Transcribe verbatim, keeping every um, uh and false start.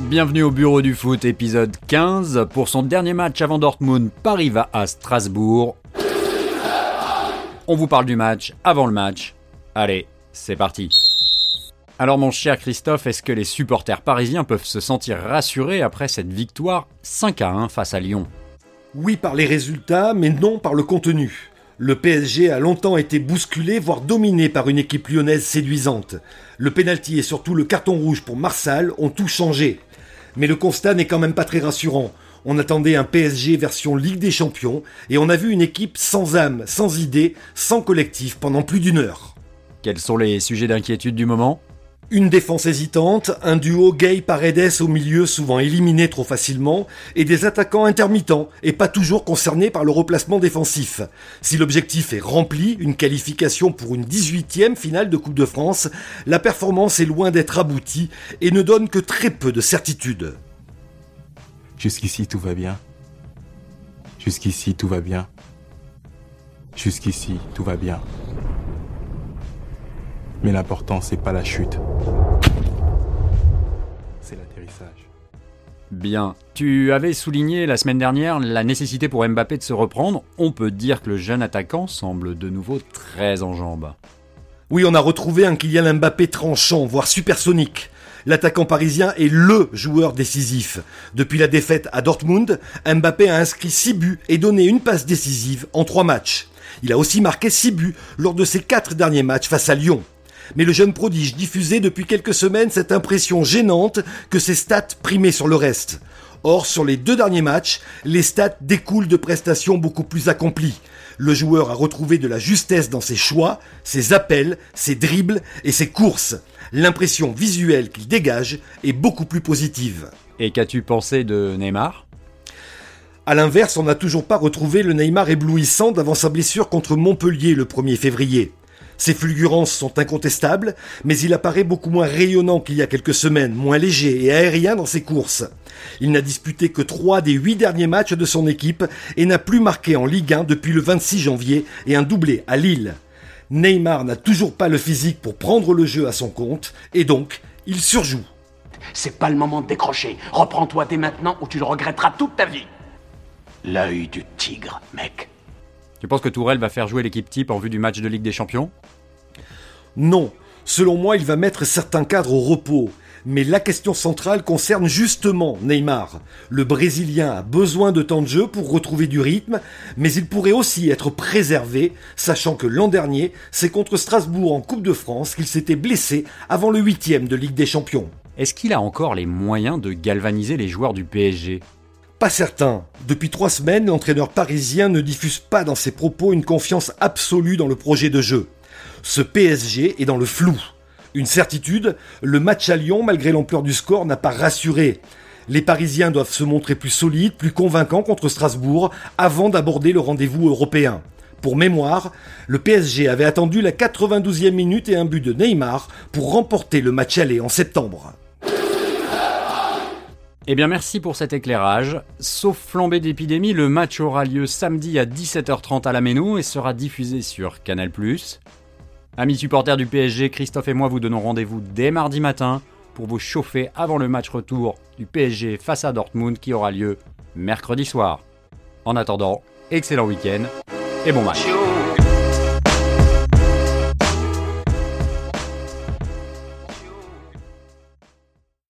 Bienvenue au Bureau du Foot, épisode quinze. Pour son dernier match avant Dortmund, Paris va à Strasbourg. On vous parle du match avant le match. Allez, c'est parti. Alors mon cher Christophe, est-ce que les supporters parisiens peuvent se sentir rassurés après cette victoire cinq à un face à Lyon ? Oui par les résultats, mais non par le contenu. Le P S G a longtemps été bousculé, voire dominé par une équipe lyonnaise séduisante. Le pénalty et surtout le carton rouge pour Marsal ont tout changé. Mais le constat n'est quand même pas très rassurant. On attendait un P S G version Ligue des Champions et on a vu une équipe sans âme, sans idée, sans collectif pendant plus d'une heure. Quels sont les sujets d'inquiétude du moment ? Une défense hésitante, un duo Gay-Paredes au milieu souvent éliminé trop facilement, et des attaquants intermittents et pas toujours concernés par le replacement défensif. Si l'objectif est rempli, une qualification pour une dix-huitième finale de Coupe de France, la performance est loin d'être aboutie et ne donne que très peu de certitude. Jusqu'ici tout va bien. Jusqu'ici tout va bien. Jusqu'ici tout va bien. Mais l'important, c'est pas la chute. C'est l'atterrissage. Bien. Tu avais souligné la semaine dernière la nécessité pour Mbappé de se reprendre. On peut dire que le jeune attaquant semble de nouveau très en jambes. Oui, on a retrouvé un Kylian Mbappé tranchant, voire supersonique. L'attaquant parisien est LE joueur décisif. Depuis la défaite à Dortmund, Mbappé a inscrit six buts et donné une passe décisive en trois matchs. Il a aussi marqué six buts lors de ses quatre derniers matchs face à Lyon. Mais le jeune prodige diffusait depuis quelques semaines cette impression gênante que ses stats primaient sur le reste. Or, sur les deux derniers matchs, les stats découlent de prestations beaucoup plus accomplies. Le joueur a retrouvé de la justesse dans ses choix, ses appels, ses dribbles et ses courses. L'impression visuelle qu'il dégage est beaucoup plus positive. Et qu'as-tu pensé de Neymar ? À l'inverse, on n'a toujours pas retrouvé le Neymar éblouissant d'avant sa blessure contre Montpellier le premier février. Ses fulgurances sont incontestables, mais il apparaît beaucoup moins rayonnant qu'il y a quelques semaines, moins léger et aérien dans ses courses. Il n'a disputé que trois des huit derniers matchs de son équipe et n'a plus marqué en Ligue un depuis le vingt-six janvier et un doublé à Lille. Neymar n'a toujours pas le physique pour prendre le jeu à son compte et donc il surjoue. C'est pas le moment de décrocher. Reprends-toi dès maintenant ou tu le regretteras toute ta vie. L'œil du tigre, mec. Tu penses que Tourelle va faire jouer l'équipe type en vue du match de Ligue des Champions ? Non. Selon moi, il va mettre certains cadres au repos. Mais la question centrale concerne justement Neymar. Le Brésilien a besoin de temps de jeu pour retrouver du rythme, mais il pourrait aussi être préservé, sachant que l'an dernier, c'est contre Strasbourg en Coupe de France qu'il s'était blessé avant le huitième de Ligue des Champions. Est-ce qu'il a encore les moyens de galvaniser les joueurs du P S G ? Pas certain. Depuis trois semaines, l'entraîneur parisien ne diffuse pas dans ses propos une confiance absolue dans le projet de jeu. Ce P S G est dans le flou. Une certitude, le match à Lyon, malgré l'ampleur du score, n'a pas rassuré. Les Parisiens doivent se montrer plus solides, plus convaincants contre Strasbourg, avant d'aborder le rendez-vous européen. Pour mémoire, le P S G avait attendu la quatre-vingt-douzième minute et un but de Neymar pour remporter le match aller en septembre. Eh bien merci pour cet éclairage. Sauf flambée d'épidémie, le match aura lieu samedi à dix-sept heures trente à la Méno et sera diffusé sur Canal plus. Amis supporters du P S G, Christophe et moi vous donnons rendez-vous dès mardi matin pour vous chauffer avant le match retour du P S G face à Dortmund qui aura lieu mercredi soir. En attendant, excellent week-end et bon match.